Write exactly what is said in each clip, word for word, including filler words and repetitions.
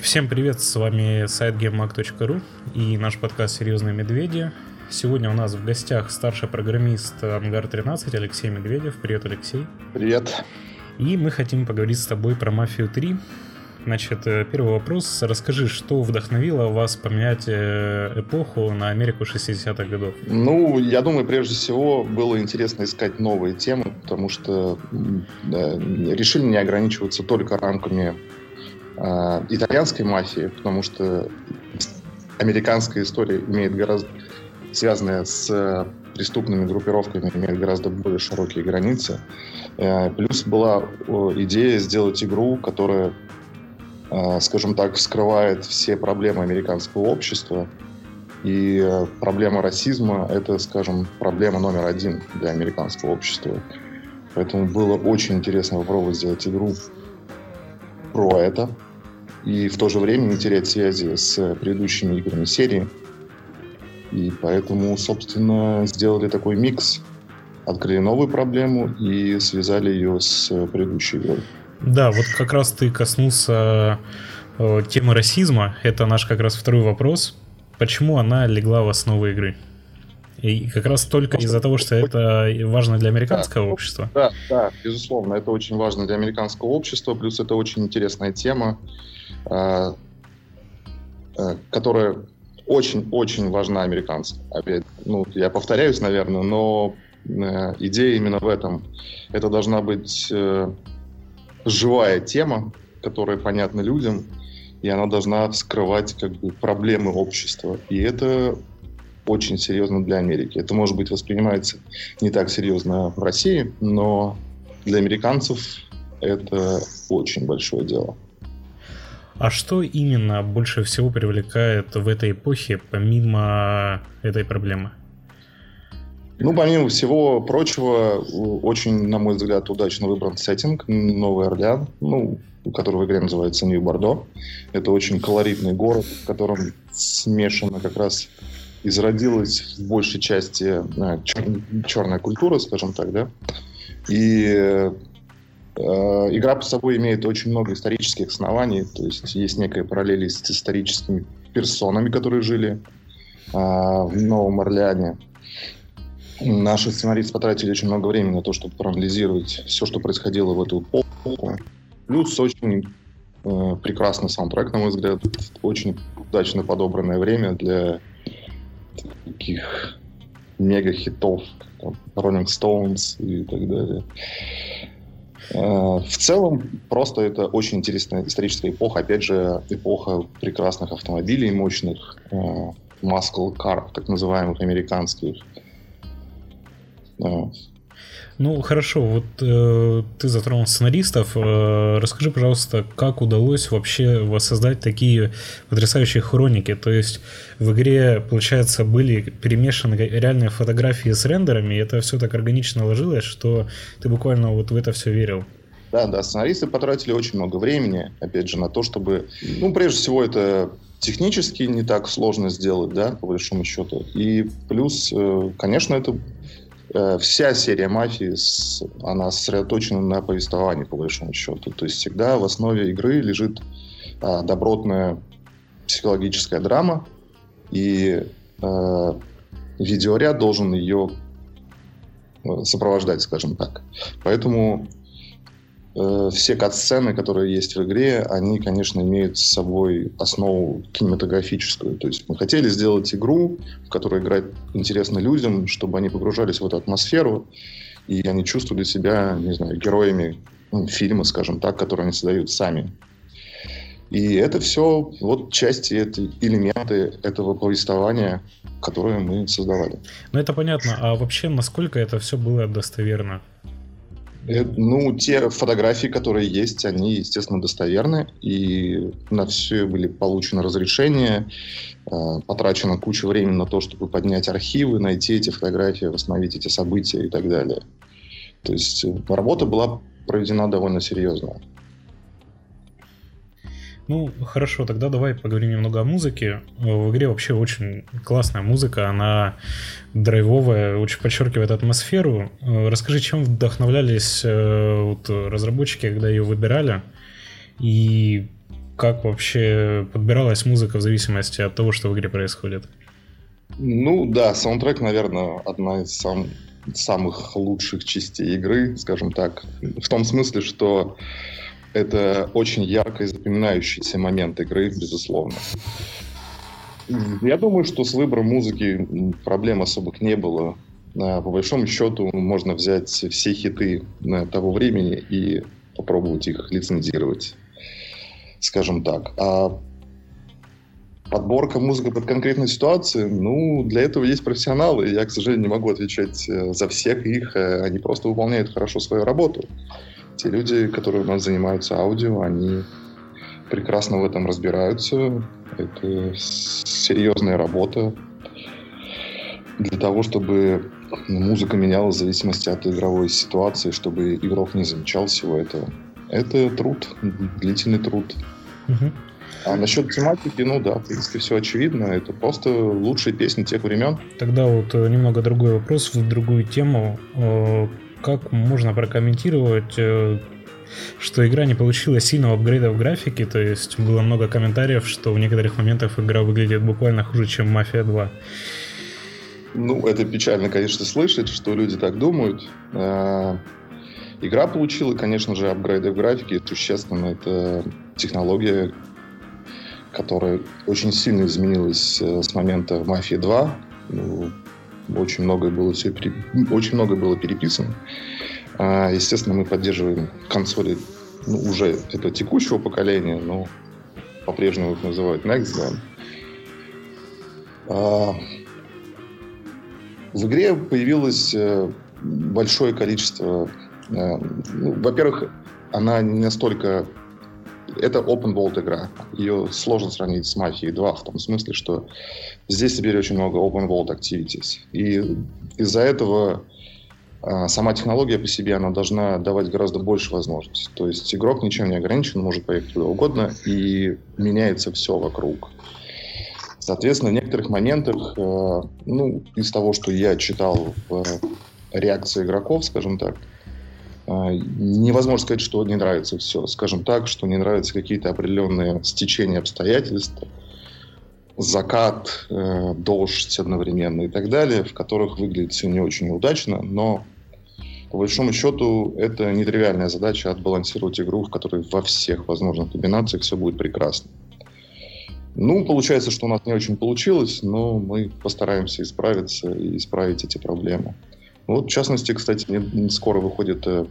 Всем привет, с вами сайт гейммаг точка ру и наш подкаст «Серьезные медведи». Сегодня у нас в гостях старший программист Ангар тринадцать Алексей Медведев. Привет, Алексей. Привет. И мы хотим поговорить с тобой про «Мафию три». Значит, первый вопрос. Расскажи, что вдохновило вас поменять эпоху на Америку шестидесятых годов? Ну, я думаю, прежде всего было интересно искать новые темы, потому что да, решили не ограничиваться только рамками э, итальянской мафии, потому что американская история имеет гораздо, связанная с преступными группировками, имеет гораздо более широкие границы. Э, плюс была идея сделать игру, которая, скажем так, вскрывает все проблемы американского общества. И проблема расизма — это, скажем, проблема номер один для американского общества. Поэтому было очень интересно попробовать сделать игру про это. И в то же время не терять связи с предыдущими играми серии. И поэтому, собственно, сделали такой микс. Открыли новую проблему и связали ее с предыдущей игрой. Да, вот как раз ты коснулся э, темы расизма. Это наш как раз второй вопрос. Почему она легла в основу игры? И как раз только из-за того, что это важно для американского да, общества? Да, да, безусловно, это очень важно для американского общества. Плюс это очень интересная тема, э, э, которая очень-очень важна американцам. Опять, ну, я повторяюсь, наверное, но э, идея именно в этом. Это должна быть... Э, живая тема, которая понятна людям, и она должна вскрывать как бы проблемы общества. И это очень серьезно для Америки. Это, может быть, воспринимается не так серьезно в России, но для американцев это очень большое дело. А что именно больше всего привлекает в этой эпохе, помимо этой проблемы? Ну, помимо всего прочего, очень, на мой взгляд, удачно выбран сеттинг Новый Орлеан, ну, который в игре называется Нью-Бордо. Это очень колоритный город, в котором смешана как раз и зародилась в большей части чер- черная культура, скажем так, да. И э, игра по собой имеет очень много исторических оснований, то есть есть некая параллель с историческими персонами, которые жили э, в Новом Орлеане. Наши сценаристы потратили очень много времени на то, чтобы проанализировать все, что происходило в эту эпоху. Плюс очень э, прекрасный саундтрек, на мой взгляд. Очень удачно подобранное время для таких мега-хитов, как Rolling Stones и так далее. Э, в целом, просто это очень интересная историческая эпоха. Опять же, эпоха прекрасных автомобилей, мощных э, muscle car, так называемых американских. Да. Ну, хорошо, вот э, ты затронул сценаристов. Э, расскажи, пожалуйста, как удалось вообще воссоздать такие потрясающие хроники? То есть в игре, получается, были перемешаны реальные фотографии с рендерами, и это все так органично ложилось, что ты буквально вот в это все верил. Да, да, сценаристы потратили очень много времени, опять же, на то, чтобы... Ну, прежде всего, это технически не так сложно сделать, да, по большому счету. И плюс, э, конечно, это... Вся серия «Мафии», она сосредоточена на повествовании, по большому счету. То есть всегда в основе игры лежит а, добротная психологическая драма, и а, видеоряд должен ее сопровождать, скажем так. Поэтому а, все кат-сцены, которые есть в игре, они, конечно, имеют с собой основу кинематографическую. То есть мы хотели сделать игру, в которой играть интересно людям, чтобы они погружались в эту атмосферу, и они чувствовали себя, не знаю, героями ну, фильма, скажем так, которые они создают сами. И это все вот части, это элементы этого повествования, которые мы создавали. Ну, это понятно. А вообще, насколько это все было достоверно? Ну, те фотографии, которые есть, они, естественно, достоверны, и на все были получены разрешения, потрачена куча времени на то, чтобы поднять архивы, найти эти фотографии, восстановить эти события и так далее. То есть работа была проведена довольно серьезно. Ну, хорошо, тогда давай поговорим немного о музыке. В игре вообще очень классная музыка, она драйвовая, очень подчеркивает атмосферу. Расскажи, чем вдохновлялись вот, разработчики, когда ее выбирали, и как вообще подбиралась музыка в зависимости от того, что в игре происходит? Ну да, саундтрек, наверное, одна из сам, самых лучших частей игры, скажем так. В том смысле, что это очень ярко и запоминающийся момент игры, безусловно. Я думаю, что с выбором музыки проблем особых не было. По большому счету можно взять все хиты того времени и попробовать их лицензировать, скажем так. А подборка музыки под конкретную ситуацию, ну, для этого есть профессионалы. Я, к сожалению, не могу отвечать за всех их. Они просто выполняют хорошо свою работу. Те люди, которые у нас занимаются аудио, они прекрасно в этом разбираются. Это серьезная работа для того, чтобы музыка менялась в зависимости от игровой ситуации, чтобы игрок не замечал всего этого. Это труд, длительный труд. Угу. А насчет тематики, ну да, в принципе, все очевидно. Это просто лучшие песни тех времен. Тогда вот немного другой вопрос, в другую тему. Как можно прокомментировать, что игра не получила сильного апгрейда в графике? То есть было много комментариев, что в некоторых моментах игра выглядит буквально хуже, чем «Мафия два». Ну, это печально, конечно, слышать, что люди так думают. Игра получила, конечно же, апгрейды в графике. Существенно, это технология, которая очень сильно изменилась с момента «Мафии два». Очень многое было, все пере... очень многое было переписано. Естественно, мы поддерживаем консоли, ну, уже это текущего поколения, но по-прежнему их называют Next Gen. В игре появилось большое количество... Ну, во-первых, она не настолько... Это open world игра. Ее сложно сравнить с Мафией два в том смысле, что здесь теперь очень много open world activities. И из-за этого сама технология по себе, она должна давать гораздо больше возможностей. То есть игрок ничем не ограничен, может поехать куда угодно, и меняется все вокруг. Соответственно, в некоторых моментах, э, ну, из того, что я читал в реакции игроков, скажем так, э, невозможно сказать, что не нравится все. Скажем так, что не нравятся какие-то определенные стечения обстоятельств, закат, э, дождь одновременно и так далее, в которых выглядит все не очень удачно, но по большому счету это нетривиальная задача отбалансировать игру, в которой во всех возможных комбинациях все будет прекрасно. Ну, получается, что у нас не очень получилось, но мы постараемся исправиться и исправить эти проблемы. Вот, в частности, кстати, скоро выходит э,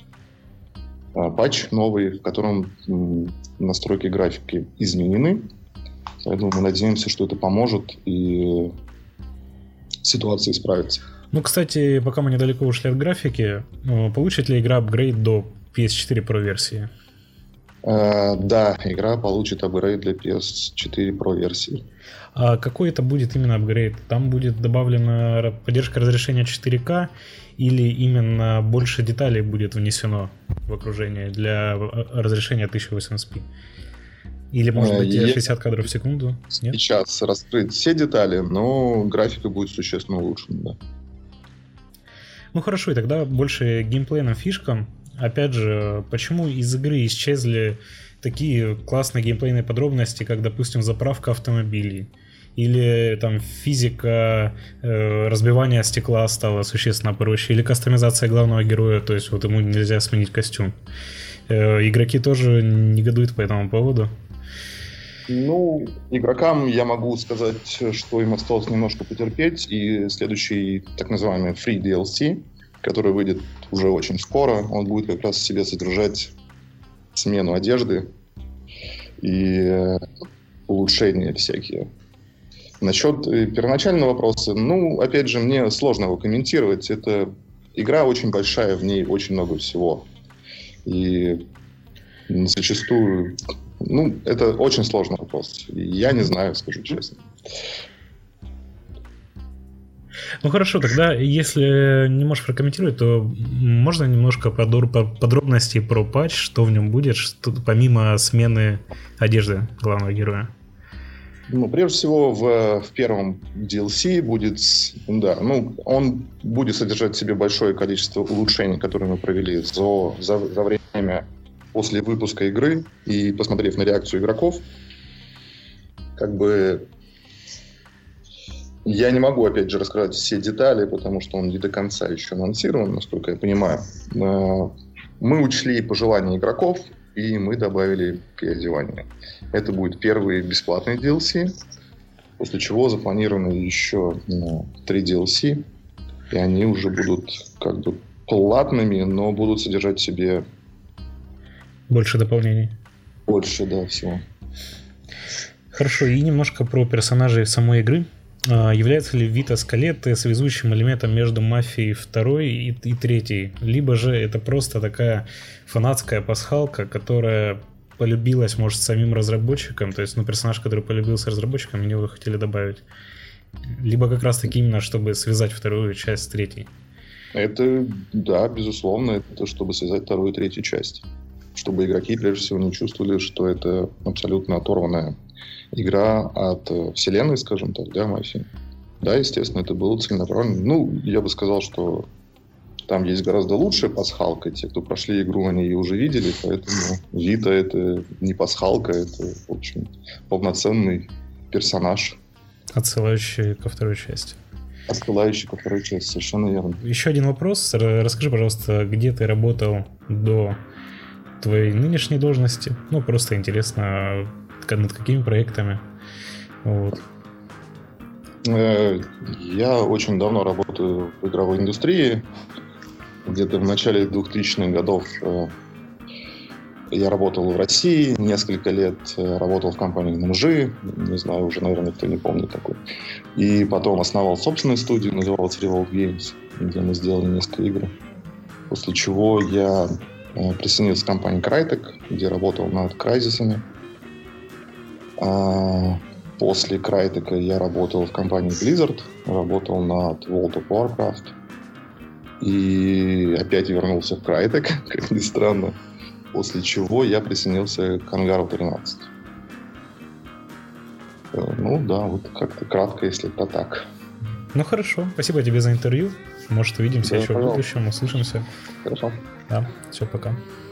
патч новый, в котором э, настройки графики изменены. Поэтому мы надеемся, что это поможет и ситуация исправится. Ну, кстати, пока мы недалеко ушли от графики, получит ли игра апгрейд до пи эс четыре Pro версии? Uh, да, игра получит апгрейд для пи эс четыре Pro версии. А какой это будет именно апгрейд? Там будет добавлена поддержка разрешения четыре ка или именно больше деталей будет внесено в окружение для разрешения тысяча восемьдесят пи? Или, может быть, uh, шестьдесят кадров в секунду? Нет? Сейчас раскрыть все детали, но графика будет существенно улучшена, да. Ну хорошо, и тогда больше геймплейным фишкам. Опять же, почему из игры исчезли такие классные геймплейные подробности, как, допустим, заправка автомобилей? Или там физика э, разбивания стекла стала существенно проще? Или кастомизация главного героя, то есть вот ему нельзя сменить костюм? Э, игроки тоже негодуют по этому поводу? Ну, игрокам я могу сказать, что им осталось немножко потерпеть, и следующий так называемый Free ди эл си, который выйдет уже очень скоро, он будет как раз в себе содержать смену одежды и улучшения всякие. Насчет первоначального вопроса, ну, опять же, мне сложно его комментировать. Это игра очень большая, в ней очень много всего. И зачастую... Ну, это очень сложный вопрос. Я не знаю, скажу честно. Ну хорошо, тогда если не можешь прокомментировать, то можно немножко подробностей про патч, что в нем будет, что, помимо смены одежды главного героя? Ну, прежде всего, в, в первом ди эл си будет, да, ну, он будет содержать в себе большое количество улучшений, которые мы провели за, за, за время после выпуска игры и посмотрев на реакцию игроков, как бы я не могу, опять же, рассказать все детали, потому что он не до конца еще анонсирован, насколько я понимаю. Мы учли пожелания игроков, и мы добавили переодевание. Это будет первый бесплатный ди эл си, после чего запланированы еще ну, три ди эл си, и они уже будут как бы платными, но будут содержать в себе больше дополнений. Больше, да, всего. Хорошо, и немножко про персонажей самой игры. Является ли Вита Скалетти связующим элементом между Мафией второй и, и третьей? Либо же это просто такая фанатская пасхалка, которая полюбилась, может, самим разработчикам, то есть, ну, персонаж, который полюбился разработчикам, они его хотели добавить. Либо как раз-таки именно, чтобы связать вторую часть с третьей. Это, да, безусловно, это чтобы связать вторую и третью часть. Чтобы игроки, прежде всего, не чувствовали, что это абсолютно оторванная игра от вселенной, скажем так, да, Мафии. Да, естественно, это было целенаправленно. Ну, я бы сказал, что там есть гораздо лучшая пасхалка. Те, кто прошли игру, они ее уже видели, поэтому Вита — это не пасхалка, это, в общем, полноценный персонаж. Отсылающий ко второй части. Отсылающий ко второй части, совершенно верно. Еще один вопрос. Расскажи, пожалуйста, где ты работал до твоей нынешней должности? Ну, просто интересно, над какими проектами? Вот. Я очень давно работаю в игровой индустрии. Где-то в начале двухтысячных годов я работал в России, несколько лет работал в компании эм джи, не знаю, уже, наверное, никто не помнит такой. И потом основал собственную студию, называлась Revolve Games, где мы сделали несколько игр. После чего я присоединился к компании Crytek, где работал над Crysis. После Crytek я работал в компании Blizzard, работал над World of Warcraft. И опять вернулся в Crytek, как ни странно. После чего я присоединился к Ангару тринадцать. Ну да, вот как-то кратко, если это так. Ну хорошо, спасибо тебе за интервью. Может, увидимся да, еще пожалуйста. В будущем, услышимся. Хорошо. Да, все, пока.